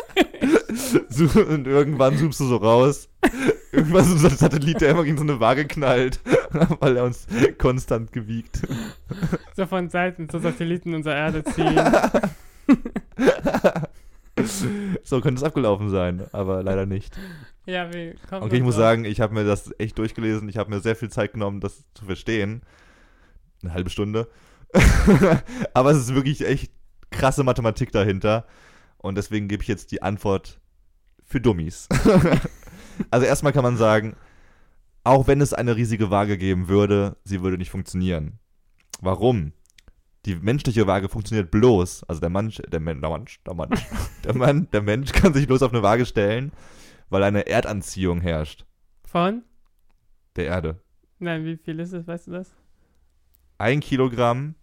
Und irgendwann zoomst du so raus. Irgendwann so ein Satellit, der immer gegen so eine Waage knallt, weil er uns konstant gewiegt. So von Seiten so Satelliten unserer Erde ziehen. So könnte es abgelaufen sein, aber leider nicht. Ja, wie kommt Okay, ich muss sagen, ich habe mir das echt durchgelesen. Ich habe mir sehr viel Zeit genommen, das zu verstehen. Eine halbe Stunde. Aber es ist wirklich echt krasse Mathematik dahinter. Und deswegen gebe ich jetzt die Antwort für Dummies. Also erstmal kann man sagen, auch wenn es eine riesige Waage geben würde, sie würde nicht funktionieren. Warum? Die menschliche Waage funktioniert bloß, also der Mensch kann sich bloß auf eine Waage stellen, weil eine Erdanziehung herrscht. Von? Der Erde. Nein, wie viel ist es, weißt du das? 1 Kilogramm.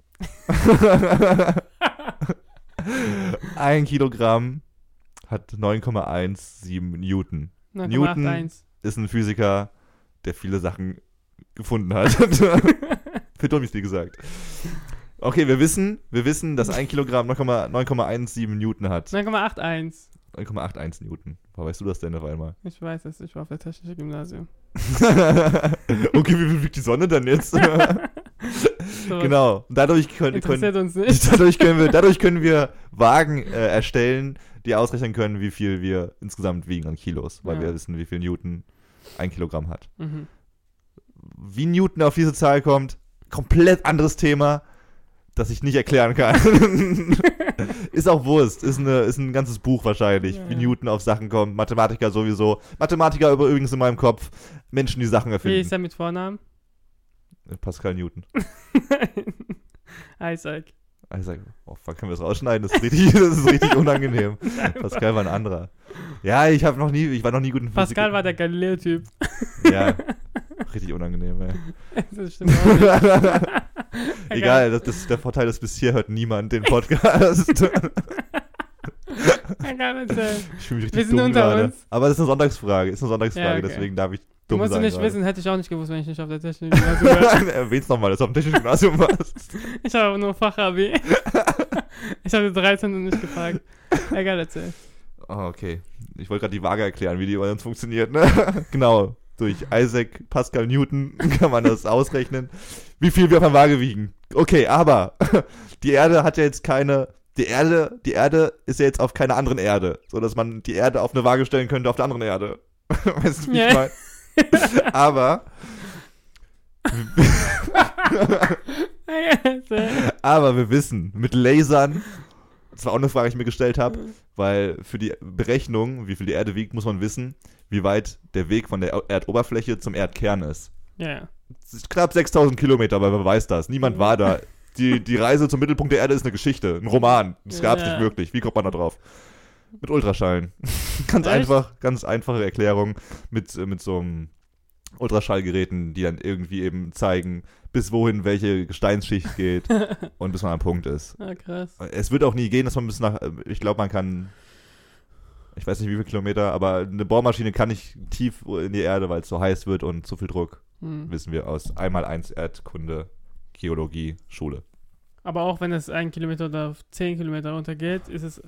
1 Kilogramm hat 9,17 Newton. 9,81. Newton ist ein Physiker, der viele Sachen gefunden hat. Für Dummies, wie gesagt. Okay, wir wissen, dass 1 Kilogramm 9,17 Newton hat. 9,81. 9,81 Newton. Woher weißt du das denn auf einmal? Ich weiß es, ich war auf der technischen Gymnasium. Okay, wie viel wiegt die Sonne denn jetzt? So, genau. Dadurch können wir Wagen erstellen, die ausrechnen können, wie viel wir insgesamt wiegen an Kilos, weil wir wissen, wie viel Newton 1 Kilogramm hat. Mhm. Wie Newton auf diese Zahl kommt, komplett anderes Thema, das ich nicht erklären kann. Ist auch Wurst, ist ein ganzes Buch wahrscheinlich, wie Newton auf Sachen kommt. Mathematiker sowieso. Mathematiker übrigens in meinem Kopf. Menschen, die Sachen erfinden. Wie ist er mit Vornamen? Pascal Newton. Isaac. Oh fuck, können wir das rausschneiden? Das ist richtig unangenehm. Pascal war ein anderer. Ja, ich war noch nie gut in Physik. Pascal war der Galileo-Typ. Ja, richtig unangenehm, ey. Das stimmt auch nicht. Egal, der Vorteil ist, bis hier hört niemand den Podcast. Egal, erzähl. Ich fühle mich Wir richtig sind dumm unter gerade. uns. Aber das ist eine Sonntagsfrage, Ja, okay. deswegen darf dumm musst du sein nicht gerade. wissen, hätte ich auch nicht gewusst, wenn ich nicht auf der technischen Gymnasium wäre. Erwähn's nochmal, dass du auf dem technischen Gymnasium warst. Ich habe nur Fachabi. Ich habe die 13 nicht gefragt. Egal, erzähl. Oh, okay. Ich wollte gerade die Waage erklären, wie die bei uns funktioniert, ne? Genau. Durch Isaac Pascal Newton kann man das ausrechnen, wie viel wir auf der Waage wiegen. Okay, aber die Erde hat ja jetzt keine... Die Erde ist ja jetzt auf keiner anderen Erde, so dass man die Erde auf eine Waage stellen könnte auf der anderen Erde. Weißt du, wie ich meine? Aber wir wissen, mit Lasern, das war auch eine Frage, die ich mir gestellt habe, weil für die Berechnung, wie viel die Erde wiegt, muss man wissen, wie weit der Weg von der Erdoberfläche zum Erdkern ist. Ja. Das ist knapp 6000 Kilometer, aber wer weiß das? Niemand war da. Die Reise zum Mittelpunkt der Erde ist eine Geschichte, ein Roman. Das gab es nicht wirklich. Wie kommt man da drauf? Mit Ultraschallen. Ganz einfache Erklärung mit so einem Ultraschallgeräten, die dann irgendwie eben zeigen, bis wohin welche Gesteinsschicht geht und bis man am Punkt ist. Ah, krass. Es wird auch nie gehen, dass man bis nach, ich glaube, man kann, ich weiß nicht wie viele Kilometer, aber eine Bohrmaschine kann nicht tief in die Erde, weil es so heiß wird und zu viel Druck. Wissen wir aus 1x1 Erdkunde, Geologie, Schule. Aber auch wenn es 1 Kilometer oder 10 Kilometer runtergeht, ist es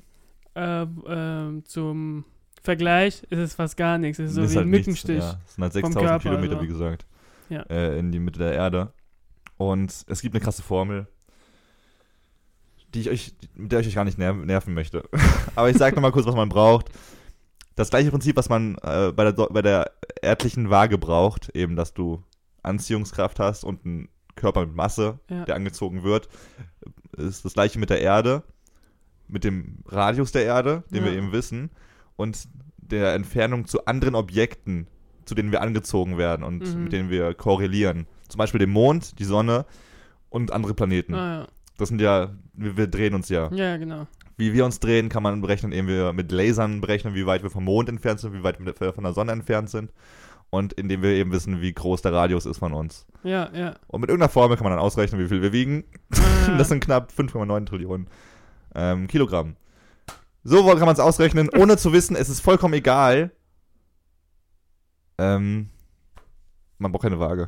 zum Vergleich ist es fast gar nichts. Es ist so wie ein Mückenstich. Ja, es sind halt 6000 Kilometer, also. wie gesagt, ja. In die Mitte der Erde. Und es gibt eine krasse Formel, mit der ich euch gar nicht nerven möchte. Aber ich sage nochmal kurz, was man braucht. Das gleiche Prinzip, was man bei der erdlichen Waage braucht, eben, dass du Anziehungskraft hast und einen Körper mit Masse, der angezogen wird, ist das gleiche mit der Erde, mit dem Radius der Erde, den wir eben wissen, und der Entfernung zu anderen Objekten, zu denen wir angezogen werden und mit denen wir korrelieren. Zum Beispiel dem Mond, die Sonne und andere Planeten. Das sind ja, wir drehen uns ja. Ja, genau. Wie wir uns drehen, kann man berechnen, indem wir mit Lasern berechnen, wie weit wir vom Mond entfernt sind, wie weit wir von der Sonne entfernt sind. Und indem wir eben wissen, wie groß der Radius ist von uns. Ja. Und mit irgendeiner Formel kann man dann ausrechnen, wie viel wir wiegen. Das sind knapp 5,9 Trillionen Kilogramm. So kann man es ausrechnen, ohne zu wissen, es ist vollkommen egal. Man braucht keine Waage.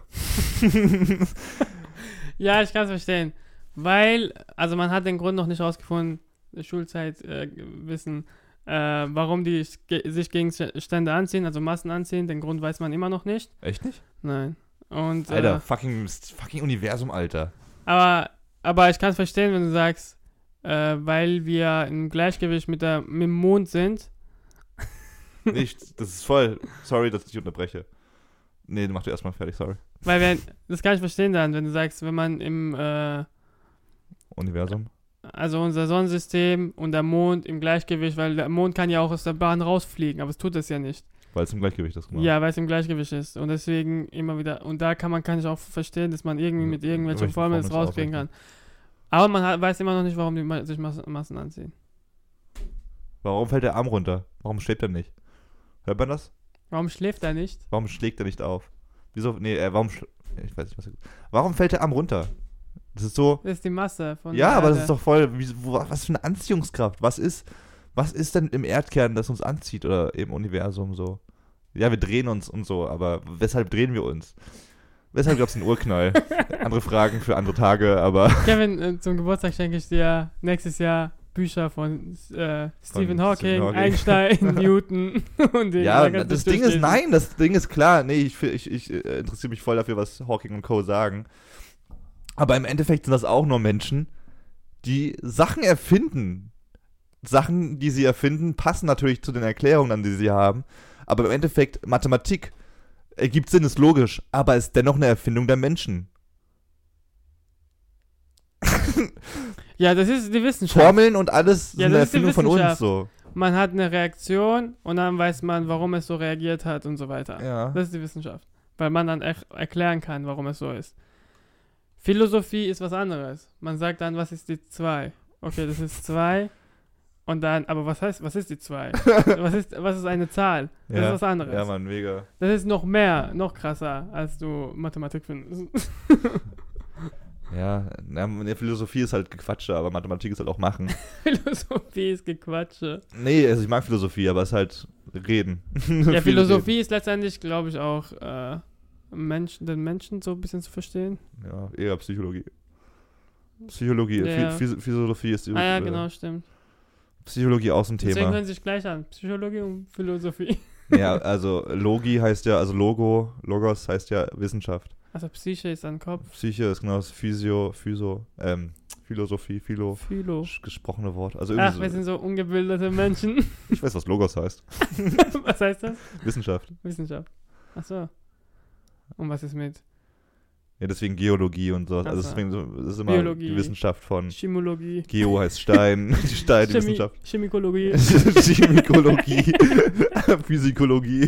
Ja, ich kann es verstehen. Weil, also man hat den Grund noch nicht rausgefunden, Schulzeit wissen, warum die sich Gegenstände anziehen, also Massen anziehen. Den Grund weiß man immer noch nicht. Echt nicht? Nein. Und, Alter, fucking Universum, Alter. Aber ich kann es verstehen, wenn du sagst, weil wir im Gleichgewicht mit dem Mond sind. Nicht, das ist voll. Sorry, dass ich dich unterbreche. Nee, mach du erstmal fertig, sorry. Weil das kann ich verstehen dann, wenn du sagst, wenn man im Universum. Also unser Sonnensystem und der Mond im Gleichgewicht, weil der Mond kann ja auch aus der Bahn rausfliegen, aber es tut es ja nicht. Weil es im Gleichgewicht ist, genau. Ja, weil es im Gleichgewicht ist. Und deswegen immer wieder, und da kann ich auch verstehen, dass man irgendwie mit irgendwelchen Formeln das rauskriegen kann. Aber man weiß immer noch nicht, warum die sich Massen anziehen. Warum fällt der Arm runter? Warum schläft er nicht? Hört man das? Warum schläft er nicht? Warum schlägt er nicht auf? Wieso? Nee, ich weiß nicht, warum fällt der Arm runter? Das ist so. Das ist die Masse von Ja, aber das ist doch voll. Was für eine Anziehungskraft? Was ist denn im Erdkern, das uns anzieht oder im Universum so? Ja, wir drehen uns und so, aber weshalb drehen wir uns? Weshalb gab es einen Urknall? Andere Fragen für andere Tage, aber. Kevin, zum Geburtstag schenke ich dir nächstes Jahr Bücher von Stephen Hawking, Einstein, Newton und den. Ja, das Ding ist klar. Nee, ich interessiere mich voll dafür, was Hawking und Co. sagen. Aber im Endeffekt sind das auch nur Menschen, die Sachen erfinden. Sachen, die sie erfinden, passen natürlich zu den Erklärungen, die sie haben. Aber im Endeffekt, Mathematik ergibt Sinn, ist logisch, aber ist dennoch eine Erfindung der Menschen. Ja, das ist die Wissenschaft. Formeln und alles sind eine Erfindung von uns so. Man hat eine Reaktion und dann weiß man, warum es so reagiert hat und so weiter. Ja. Das ist die Wissenschaft. Weil man dann erklären kann, warum es so ist. Philosophie ist was anderes. Man sagt dann, was ist die 2? Okay, das ist 2. Und dann, aber was ist die 2? was ist eine Zahl? Das ist was anderes. Ja, Mann, mega. Das ist noch krasser, als du Mathematik findest. Ja, Philosophie ist halt Gequatsche, aber Mathematik ist halt auch Machen. Philosophie ist Gequatsche. Nee, also ich mag Philosophie, aber es ist halt reden. Ja, Philosophie ist letztendlich, glaube ich, auch den Menschen so ein bisschen zu verstehen. Ja, eher Psychologie. Psychologie, Ja. Philosophie ist Ja, genau, stimmt. Psychologie auch so ein Deswegen Thema. hören sie sich gleich an. Psychologie und Philosophie. Ja, also Logi heißt ja, also Logos heißt ja Wissenschaft. Also Psyche ist ein Kopf. Psyche ist genau das Philosophie, Philo. gesprochene Wort. Also Ach, irgendwie wir sind so ungebildete Menschen. ich weiß, was Logos heißt. Was heißt das? Wissenschaft. Wissenschaft. Ach so. Und was ist mit Ja, deswegen Geologie und so. Also Ach so. deswegen das ist immer Biologie. die Wissenschaft von Chimologie? Geo heißt Stein, die Wissenschaft. Chemikologie. Chemikologie, Physikologie.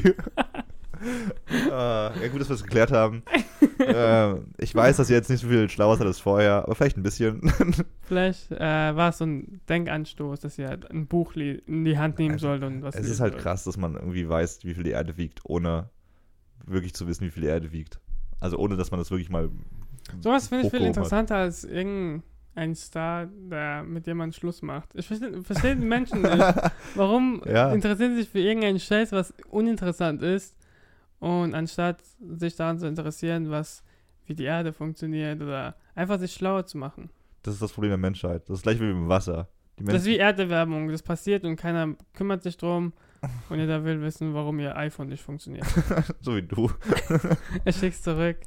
Ja, gut, dass wir es geklärt haben. Ich weiß, dass ihr jetzt nicht so viel schlauer seid als vorher, aber vielleicht ein bisschen. Vielleicht war es so ein Denkanstoß, dass ihr halt ein Buch in die Hand nehmen sollt und was Es ist lesen halt sollt. krass, dass man irgendwie weiß, wie viel die Erde wiegt, ohne wirklich zu wissen, wie viel die Erde wiegt. Also ohne, dass man das wirklich mal Sowas finde ich viel hochgehoben hat. interessanter als irgendein Star, mit dem man Schluss macht. Ich verstehe die Menschen nicht. Warum Ja. interessieren sie sich für irgendeinen Scheiß, was uninteressant ist, und anstatt sich daran zu interessieren, wie die Erde funktioniert oder einfach sich schlauer zu machen. Das ist das Problem der Menschheit. Das ist gleich wie mit dem Wasser. Die Das ist Menschen, wie Erderwärmung. Das passiert und keiner kümmert sich drum und jeder will wissen, warum ihr iPhone nicht funktioniert. so wie du. Ich schick's zurück.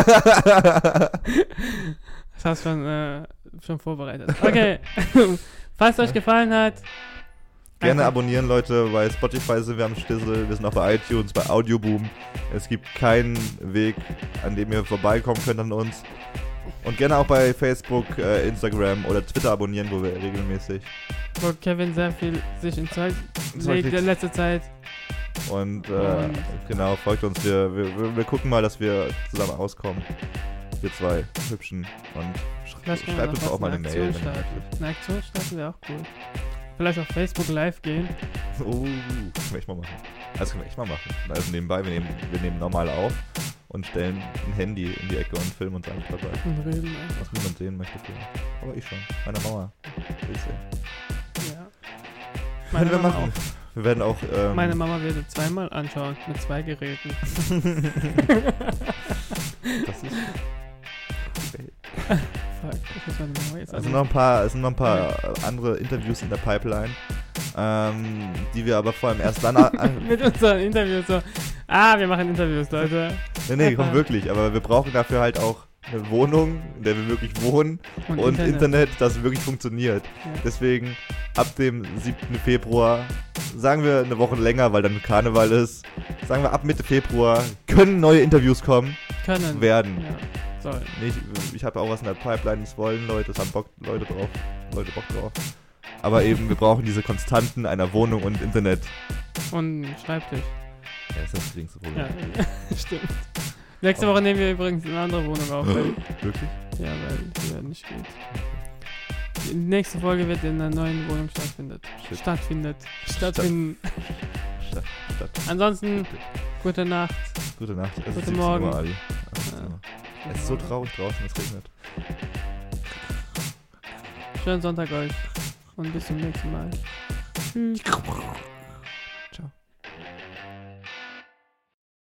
Ich hab's schon vorbereitet. Okay. Falls es euch gefallen hat, Gerne abonnieren, Leute. Bei Spotify sind wir am Stissel. Wir sind auch bei iTunes, bei Audioboom. Es gibt keinen Weg, an dem ihr vorbeikommen könnt an uns. Und gerne auch bei Facebook, Instagram oder Twitter abonnieren, wo wir regelmäßig. wo Kevin sehr viel sich in Zeug Zeug legt in letzter Zeit. Und genau, folgt uns. Wir gucken mal, dass wir zusammen auskommen. Wir zwei Hübschen. Und Vielleicht können wir schreibt uns noch auch mal eine Mail. Aktion starten. Eine Aktion starten wäre auch cool. Vielleicht auf Facebook live gehen. Oh, das können wir echt mal machen. Das können wir echt mal machen. Also nebenbei, wir nehmen normal auf und stellen ein Handy in die Ecke und filmen uns einfach dabei. Und reden einfach. Was niemand sehen möchte. Aber ich schon. Meine Mama will sehen. Ja. Können wir Mama machen. Wir werden auch... Meine Mama wird es zweimal anschauen, mit 2 Geräten. Das ist... Okay. Fuck, ich muss meine Mama jetzt Es sind noch ein paar andere Interviews in der Pipeline, die wir aber vor allem erst dann... mit unseren Interviews so. Wir machen Interviews, Leute. Nee, komm wirklich. Aber wir brauchen dafür halt auch eine Wohnung, in der wir wirklich wohnen und Internet, das wirklich funktioniert. Ja. Deswegen ab dem 7. Februar, sagen wir eine Woche länger, weil dann Karneval ist, sagen wir ab Mitte Februar können neue Interviews kommen, werden. Ja, soll. Ich habe auch was in der Pipeline, das wollen Leute, das haben Leute Bock drauf. Aber eben, wir brauchen diese Konstanten einer Wohnung und Internet. Und Schreibtisch. Ja, das ist das geringste Problem. Ja, stimmt. Nächste Woche nehmen wir übrigens eine andere Wohnung auf. Wirklich? Ja, weil hier nicht geht. Die nächste Folge wird in einer neuen Wohnung stattfinden. Stadt. Ansonsten, gute Nacht. Gute Nacht. Es ist Guten 17 Morgen. Uhr, Ali. Es ist so traurig draußen, es regnet. Schönen Sonntag euch. Und bis zum nächsten Mal. Tschüss.